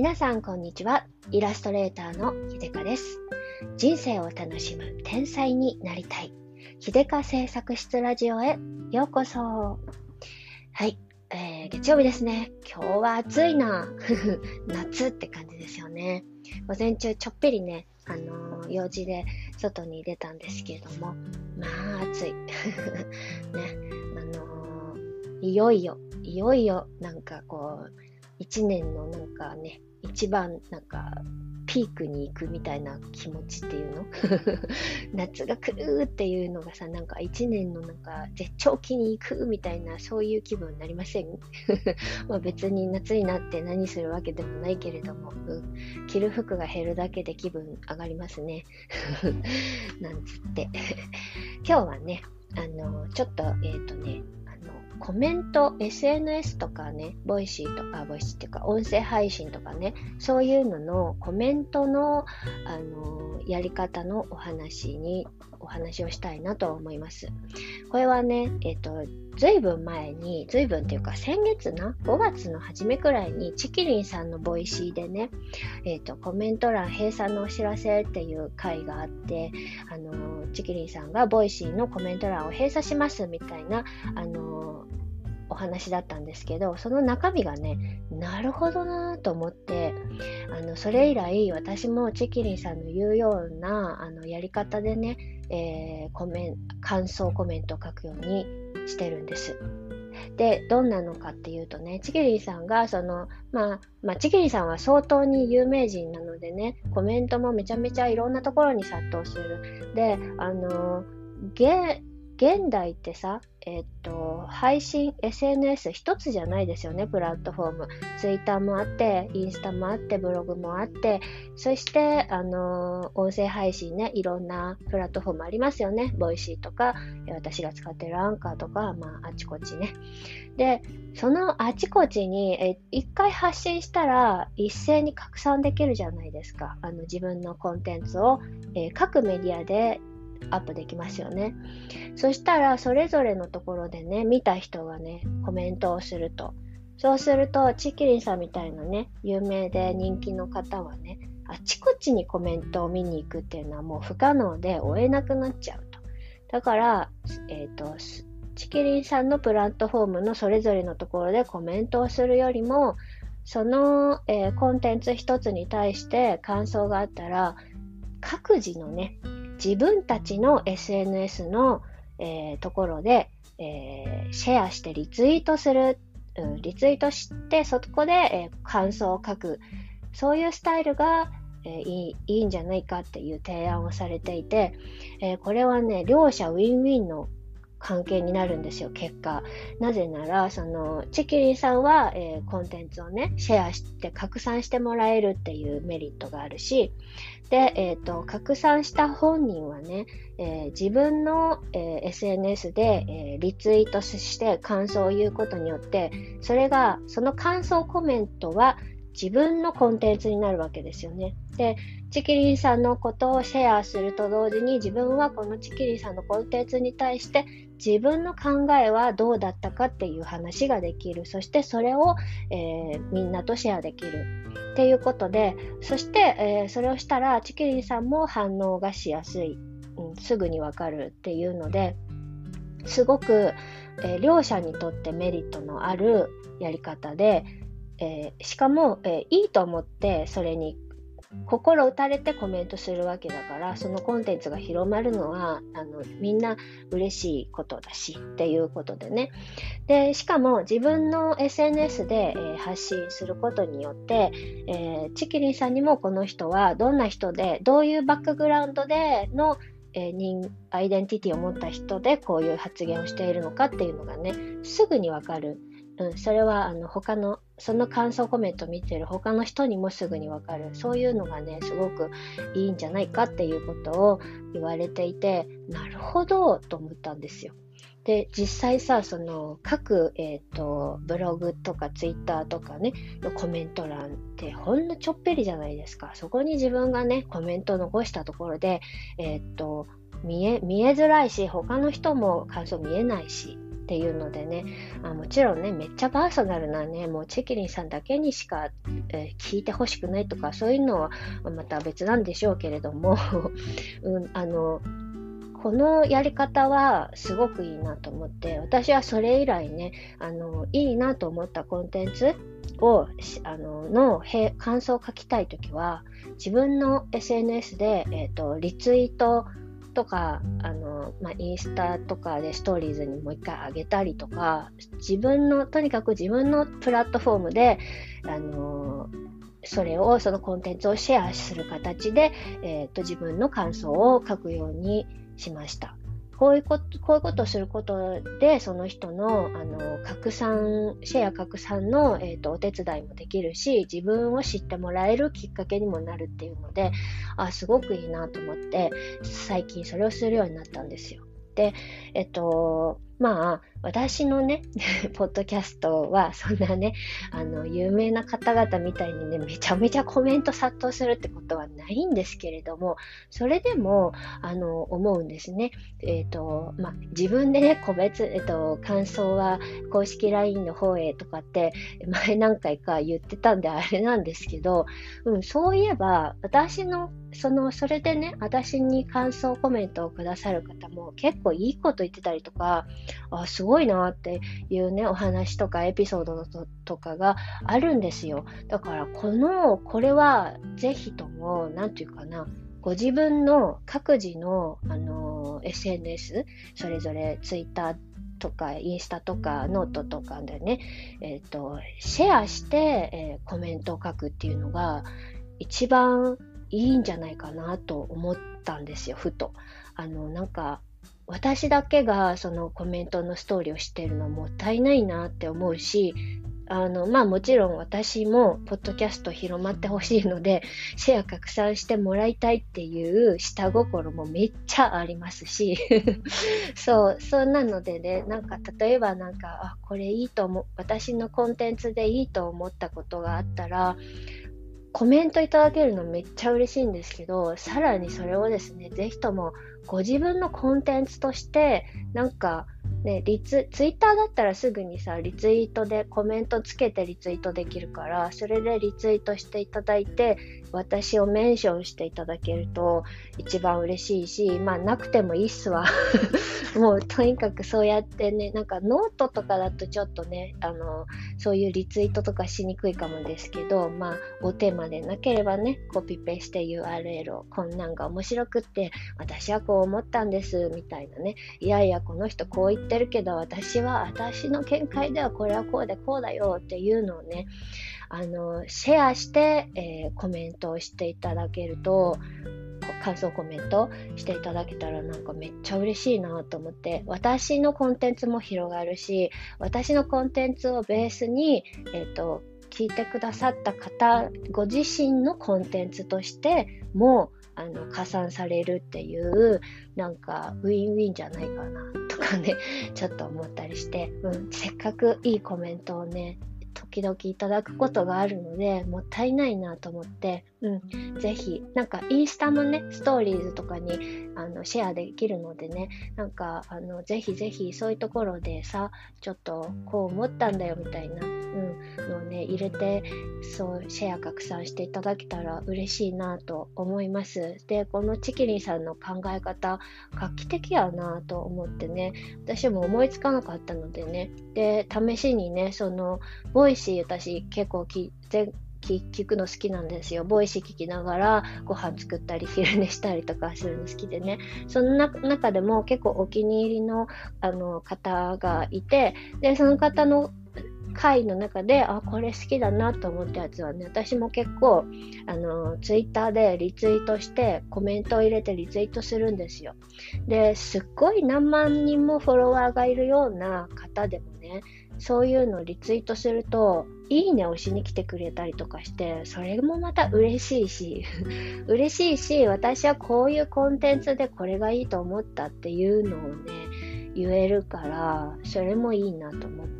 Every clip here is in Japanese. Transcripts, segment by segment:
皆さんこんにちは。イラストレーターの秀香です。人生を楽しむ天才になりたい秀香製作室ラジオへようこそ。はい、月曜日ですね。今日は暑いな夏って感じですよね。午前中ちょっぴりね、用事で外に出たんですけれども、まあ暑いね。いよいよなんかこう一年のなんかね、一番なんかピークに行くみたいな気持ちっていうの夏が来るっていうのがさ、なんか一年のなんか絶頂期に行くみたいな、そういう気分になりませんまあ別に夏になって何するわけでもないけれども、着る服が減るだけで気分上がりますねなんつって今日はね、ちょっとコメント、SNS とかね、ボイシーっていうか音声配信とかね、そういうののコメントの、やり方のお話をしたいなと思います。これはね、ずいぶんっていうか先月5月の初めくらいにチキリンさんのボイシーでね、コメント欄閉鎖のお知らせっていう回があって、チキリンさんがボイシーのコメント欄を閉鎖しますみたいな、お話だったんですけど、その中身がね、なるほどなと思って、それ以来私もチキリンさんの言うようなやり方でね、感想コメントを書くようにしてるんです。で、どんなのかっていうとね、チキリンさんがチキリンさんは相当に有名人なのでね、コメントもめちゃめちゃいろんなところに殺到する。で、現代ってさ、配信 SNS 一つじゃないですよね。プラットフォーム、ツイッターもあって、インスタもあって、ブログもあって、そして音声配信ね、いろんなプラットフォームありますよね。ボイシーとか、私が使ってるアンカーとか、あちこちね。で、そのあちこちに一回発信したら一斉に拡散できるじゃないですか。自分のコンテンツを、各メディアでアップできますよね。そしたらそれぞれのところでね、見た人がね、コメントをすると。そうすると、チキリンさんみたいなね、有名で人気の方はね、あちこちにコメントを見に行くっていうのはもう不可能で追えなくなっちゃうと。だから、チキリンさんのプラットフォームのそれぞれのところでコメントをするよりも、その、コンテンツ一つに対して感想があったら、各自のね、自分たちの SNS の、ところで、シェアしてリツイートする、リツイートしてそこで、感想を書く、そういうスタイルが、いいんじゃないかっていう提案をされていて、これはね、両者ウィンウィンの関係になるんですよ、結果。なぜなら、チキリンさんは、コンテンツをね、シェアして拡散してもらえるっていうメリットがあるし、で、拡散した本人はね、自分の、SNS で、リツイートして感想を言うことによって、その感想コメントは自分のコンテンツになるわけですよね。で、チキリンさんのことをシェアすると同時に、自分はこのチキリンさんのコンテンツに対して自分の考えはどうだったかっていう話ができる。そしてそれを、みんなとシェアできるっていうことで、そして、それをしたらチキリンさんも反応がしやすい、すぐにわかるっていうので、すごく、両者にとってメリットのあるやり方で、しかも、いいと思ってそれに心打たれてコメントするわけだから、そのコンテンツが広まるのはみんな嬉しいことだしっていうことでね。で、しかも自分の SNS で、発信することによって、チキリンさんにもこの人はどんな人で、どういうバックグラウンドでのアイデンティティを持った人でこういう発言をしているのかっていうのがね、すぐにわかる。それはその感想コメントを見てる他の人にもすぐにわかる。そういうのがね、すごくいいんじゃないかっていうことを言われていて、なるほどと思ったんですよ。で、実際さ、各、ブログとかツイッターとかね、のコメント欄ってほんのちょっぴりじゃないですか。そこに自分がね、コメントを残したところで、見えづらいし、他の人も感想見えないし、 っていうのでね、もちろんね、めっちゃパーソナルなね、もうチキリンさんだけにしか、聞いてほしくないとか、そういうのはまた別なんでしょうけれども、このやり方はすごくいいなと思って、私はそれ以来ね、いいなと思ったコンテンツを、感想を書きたいときは、自分の SNS で、リツイートとか、インスタとかでストーリーズにもう一回上げたりとか、とにかく自分のプラットフォームで、そのコンテンツをシェアする形で、自分の感想を書くようにしました。こういうことをすることで、その人の、シェア拡散の、お手伝いもできるし、自分を知ってもらえるきっかけにもなるっていうので、すごくいいなと思って、最近それをするようになったんですよ。で、私のね、ポッドキャストは、そんなね、有名な方々みたいにね、めちゃめちゃコメント殺到するってことはないんですけれども、それでも、思うんですね。自分でね、個別、感想は公式 LINE の方へとかって、前何回か言ってたんであれなんですけど、そういえば、それでね、私に感想コメントをくださる方も結構いいこと言ってたりとか、すごいなっていうね、お話とかエピソードとかがあるんですよ。だからこれはぜひとも、なんていうかな、ご自分の各自の、SNS、それぞれツイッターとかインスタとかノートとかでね、シェアして、コメントを書くっていうのが一番いいんじゃないかなと思ったんですよ、ふと。私だけがそのコメントのストーリーを知っているのはもったいないなって思うし、もちろん私もポッドキャスト広まってほしいので、シェア拡散してもらいたいっていう下心もめっちゃありますし、そうなのでね、例えばこれいいと私のコンテンツでいいと思ったことがあったら、コメントいただけるのめっちゃ嬉しいんですけど、さらにそれをですね、ぜひともご自分のコンテンツとして、ツイッターだったらすぐにさ、リツイートでコメントつけてリツイートできるから、それでリツイートしていただいて、私をメンションしていただけると一番嬉しいし、なくてもいいっすわ。もうとにかくそうやってね、ノートとかだとちょっとね、そういうリツイートとかしにくいかもですけど、おテーマでなければね、コピペして URL をこんなんが面白くって、私はこう思ったんですみたいなね、いやいやこの人こう言ってるけど、私の見解ではこれはこうでこうだよっていうのをね、シェアして、コメントをしていただけると、感想コメントしていただけたらめっちゃ嬉しいなと思って、私のコンテンツも広がるし、私のコンテンツをベースに、聞いてくださった方ご自身のコンテンツとしても加算されるっていう、ウィンウィンじゃないかなとかね、ちょっと思ったりして、せっかくいいコメントをね、時々いただくことがあるので、もったいないなと思って、ぜひ、インスタのね、ストーリーズとかにシェアできるのでね、ぜひぜひそういうところでさ、ちょっとこう思ったんだよみたいな、のをね、入れて、そうシェア拡散していただけたら嬉しいなと思います。で、このチキリンさんの考え方、画期的やなと思ってね、私も思いつかなかったのでね、で、試しにね、ボイシー私結構聞くの好きなんですよ。ボイシー聞きながらご飯作ったり昼寝したりとかするの好きでね。その中でも結構お気に入りの方がいて、でその方の回の中でこれ好きだなと思ったやつはね、私も結構ツイッターでリツイートしてコメントを入れてリツイートするんですよ。ですっごい何万人もフォロワーがいるような方でもね、そういうのをリツイートするといいねをしに来てくれたりとかして、それもまた嬉しいし私はこういうコンテンツでこれがいいと思ったっていうのをね言えるから、それもいいなと思って、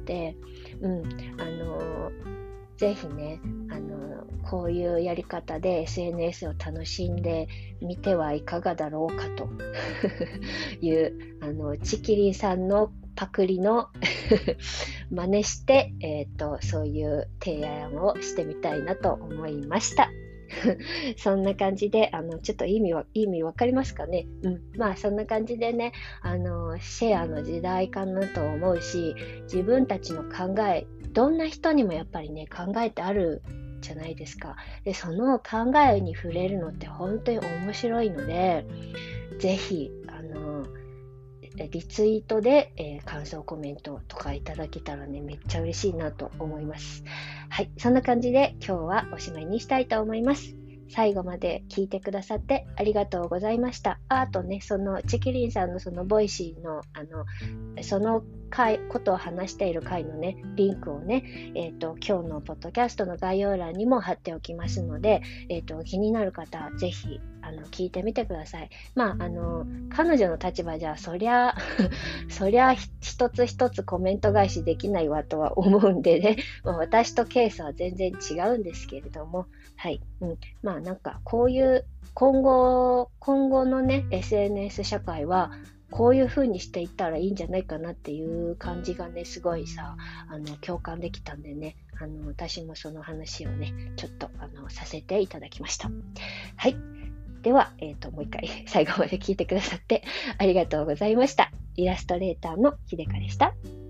ぜひね、こういうやり方で SNS を楽しんでみてはいかがだろうかというチキリンさんのパクリの真似して、そういう提案をしてみたいなと思いました。そんな感じで、ちょっと意味わかりますかね。まあ、そんな感じでね、シェアの時代かなと思うし、自分たちの考え、どんな人にもやっぱりね、考えってあるじゃないですか。で、その考えに触れるのって本当に面白いので、ぜひ、リツイートで、感想コメントとかいただけたらね、めっちゃ嬉しいなと思います。はい、そんな感じで今日はおしまいにしたいと思います。最後まで聞いてくださってありがとうございました。あとね、そのチキリンさんのそのボイシーのそのことを話している回のね、リンクをね、今日のポッドキャストの概要欄にも貼っておきますので、気になる方、ぜひ聞いてみてください。まあ、彼女の立場じゃ、そりゃ一つ一つコメント返しできないわとは思うんでね、私とケースは全然違うんですけれども、はい。まあなんかこういう今後のね、SNS 社会は、こういう風にしていったらいいんじゃないかなっていう感じがね、すごいさ、共感できたんでね、私もその話をね、ちょっとさせていただきました。はい。では、もう一回最後まで聞いてくださってありがとうございました。イラストレーターのひでかでした。